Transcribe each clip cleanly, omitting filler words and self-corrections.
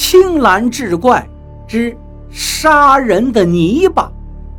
青蓝志怪之杀人的泥巴。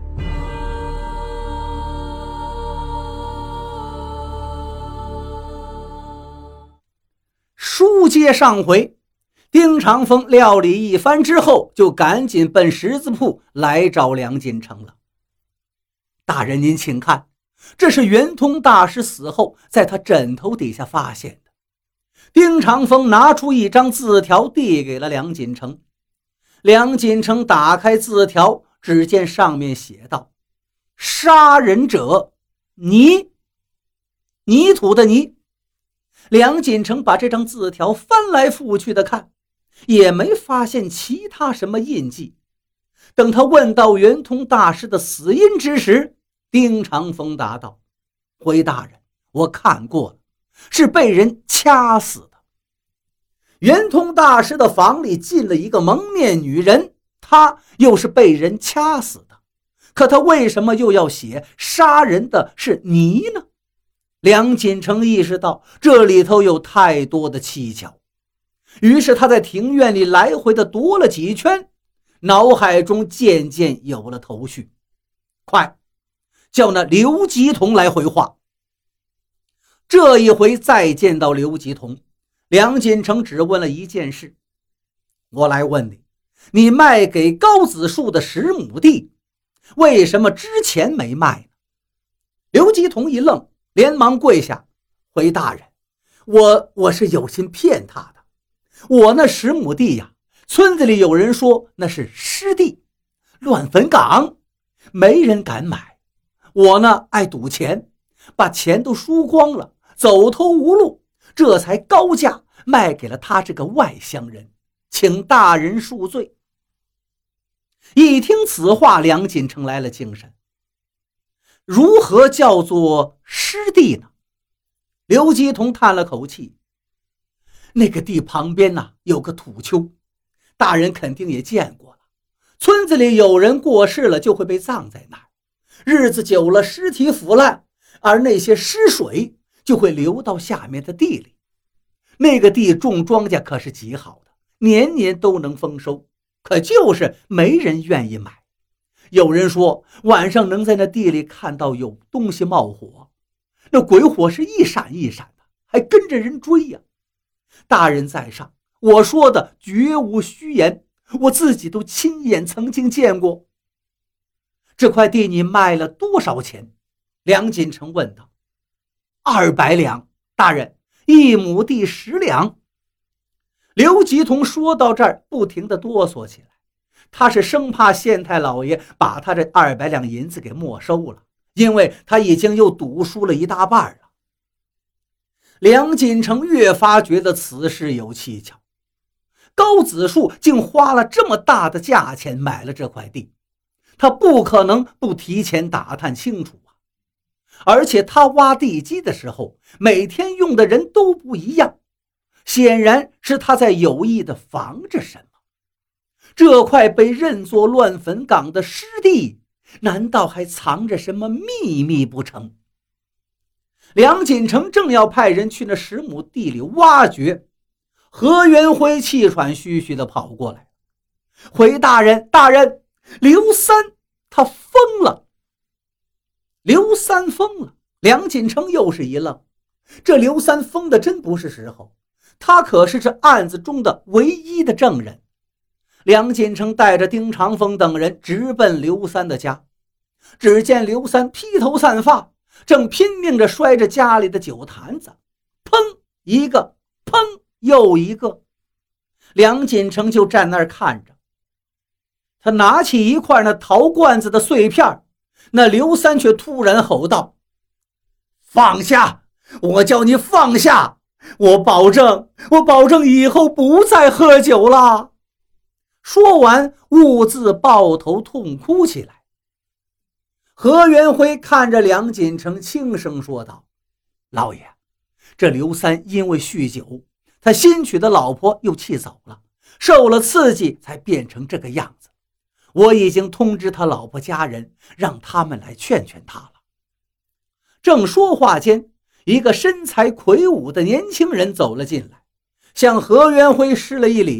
书接上回，丁长风料理一番之后，就赶紧奔十字铺来找梁锦成了。大人您请看，这是圆通大师死后在他枕头底下发现的。丁长风拿出一张字条递给了梁锦成。梁锦成打开字条，只见上面写道：杀人者泥，泥土的泥。梁锦成把这张字条翻来覆去的看，也没发现其他什么印记。等他问到圆通大师的死因之时，丁长风答道：回大人，我看过了，是被人掐死的。圆通大师的房里进了一个蒙面女人，她又是被人掐死的，可他为什么又要写杀人的是泥呢？梁锦成意识到这里头有太多的蹊跷，于是他在庭院里来回的踱了几圈，脑海中渐渐有了头绪。快，叫那刘吉同来回话。这一回再见到刘吉同，梁锦成只问了一件事：我来问你，你卖给高子树的10亩地，为什么之前没卖呢？刘吉同一愣，连忙跪下：回大人，我是有心骗他的。我那10亩地呀，村子里有人说那是湿地，乱坟岗，没人敢买。我呢爱赌钱，把钱都输光了，走投无路，这才高价卖给了他这个外乡人，请大人恕罪。一听此话，梁锦成来了精神。如何叫做湿地呢？刘吉同叹了口气：那个地旁边有个土丘，大人肯定也见过了。村子里有人过世了，就会被葬在那儿，日子久了，尸体腐烂，而那些尸水就会流到下面的地里。那个地种庄稼可是极好的，年年都能丰收，可就是没人愿意买。有人说晚上能在那地里看到有东西冒火，那鬼火是一闪一闪的，还跟着人追呀。大人在上，我说的绝无虚言，我自己都亲眼曾经见过。这块地你卖了多少钱？梁锦成问道。200两，大人，1亩地10两。刘吉同说到这儿，不停地哆嗦起来，他是生怕县太老爷把他这200两银子给没收了，因为他已经又赌输了一大半了。梁锦成越发觉得此事有蹊跷，高子树竟花了这么大的价钱买了这块地，他不可能不提前打探清楚啊！而且他挖地基的时候，每天用的人都不一样，显然是他在有意的防着什么。这块被认作乱坟岗的湿地，难道还藏着什么秘密不成？梁锦成正要派人去那10亩地里挖掘，何元辉气喘吁吁地跑过来：回大人，大人，刘三他疯了。刘三疯了，梁锦成又是一愣，这刘三疯的真不是时候，他可是这案子中的唯一的证人。梁锦成带着丁长风等人直奔刘三的家，只见刘三披头散发，正拼命着摔着家里的酒坛子，砰一个，砰又一个。梁锦成就站那儿看着，他拿起一块那陶罐子的碎片，那刘三却突然吼道：放下，我叫你放下，我保证以后不再喝酒了。说完兀自抱头痛哭起来。何元辉看着梁锦成，轻声说道：老爷，这刘三因为酗酒，他新娶的老婆又气走了，受了刺激才变成这个样子。我已经通知他老婆家人，让他们来劝劝他了。正说话间，一个身材魁梧的年轻人走了进来，向何元辉施了一礼，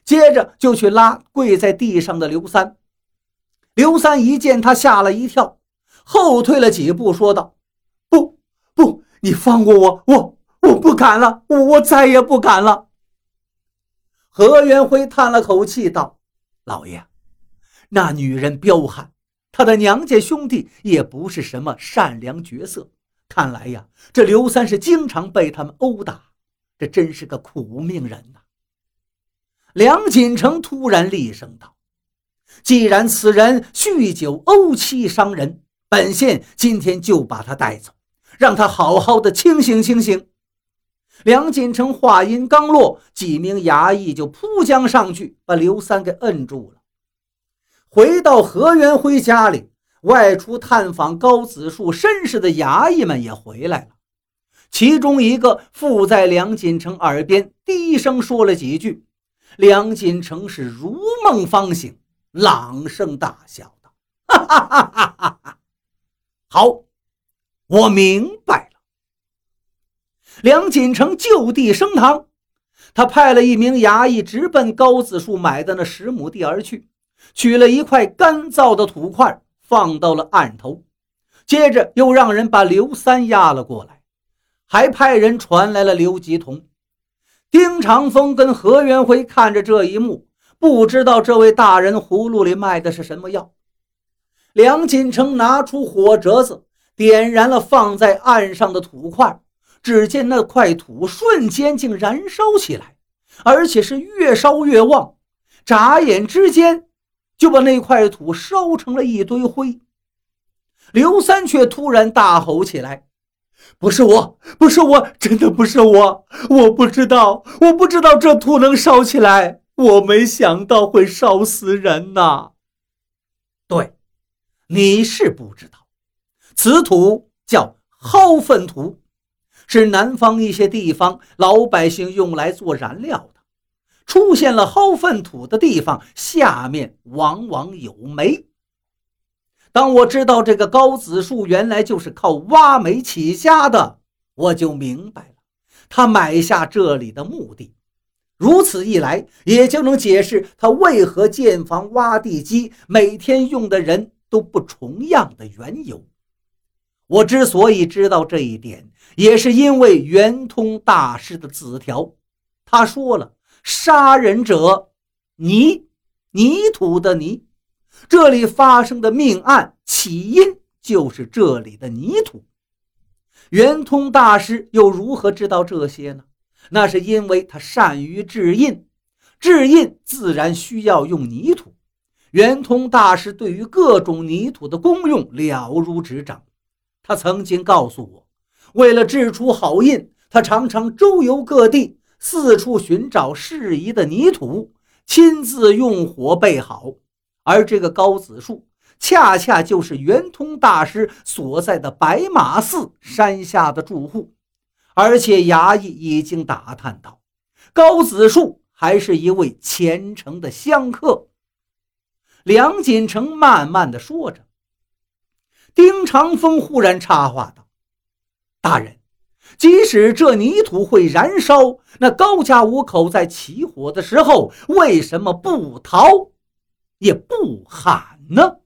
接着就去拉跪在地上的刘三。刘三一见他，吓了一跳，后退了几步，说道：不，你放过我，我不敢了，我再也不敢了。何元辉叹了口气道：老爷，那女人彪悍，她的娘家兄弟也不是什么善良角色，看来呀，这刘三是经常被他们殴打，这真是个苦命人呐。梁锦成突然厉声道：既然此人酗酒殴妻伤人，本县今天就把他带走，让他好好的清醒清醒。梁锦成话音刚落，几名衙役就扑将上去，把刘三给摁住了。回到何元辉家里，外出探访高子树身世的衙役们也回来了，其中一个附在梁锦成耳边低声说了几句，梁锦成是如梦方醒，朗声大笑道：哈哈哈哈哈哈！好，我明白了。梁锦成就地升堂，他派了一名衙役直奔高子树买的那10亩地而去，取了一块干燥的土块放到了案头，接着又让人把刘三押了过来，还派人传来了刘吉同。丁长风跟何元辉看着这一幕，不知道这位大人葫芦里卖的是什么药。梁锦成拿出火折子，点燃了放在岸上的土块，只见那块土瞬间竟燃烧起来，而且是越烧越旺，眨眼之间就把那块土烧成了一堆灰。刘三却突然大吼起来：不是我，真的不是我，我不知道这土能烧起来，我没想到会烧死人呐。对，你是不知道，此土叫蒿粪土，是南方一些地方老百姓用来做燃料的。出现了蒿粪土的地方，下面往往有煤。当我知道这个高子树原来就是靠挖煤起家的，我就明白了他买下这里的目的。如此一来，也就能解释他为何建房挖地机每天用的人都不重样的缘由。我之所以知道这一点，也是因为圆通大师的字条。他说了，杀人者泥土的泥，这里发生的命案起因就是这里的泥土。圆通大师又如何知道这些呢？那是因为他善于制印，制印自然需要用泥土。圆通大师对于各种泥土的功用了如指掌。他曾经告诉我，为了制出好印，他常常周游各地，四处寻找适宜的泥土，亲自用火备好。而这个高子树恰恰就是圆通大师所在的白马寺山下的住户，而且衙役已经打探到，高子树还是一位虔诚的香客。梁锦成慢慢地说着，丁长风忽然插话道：大人，即使这泥土会燃烧，那高家五口在起火的时候为什么不逃也不喊呢？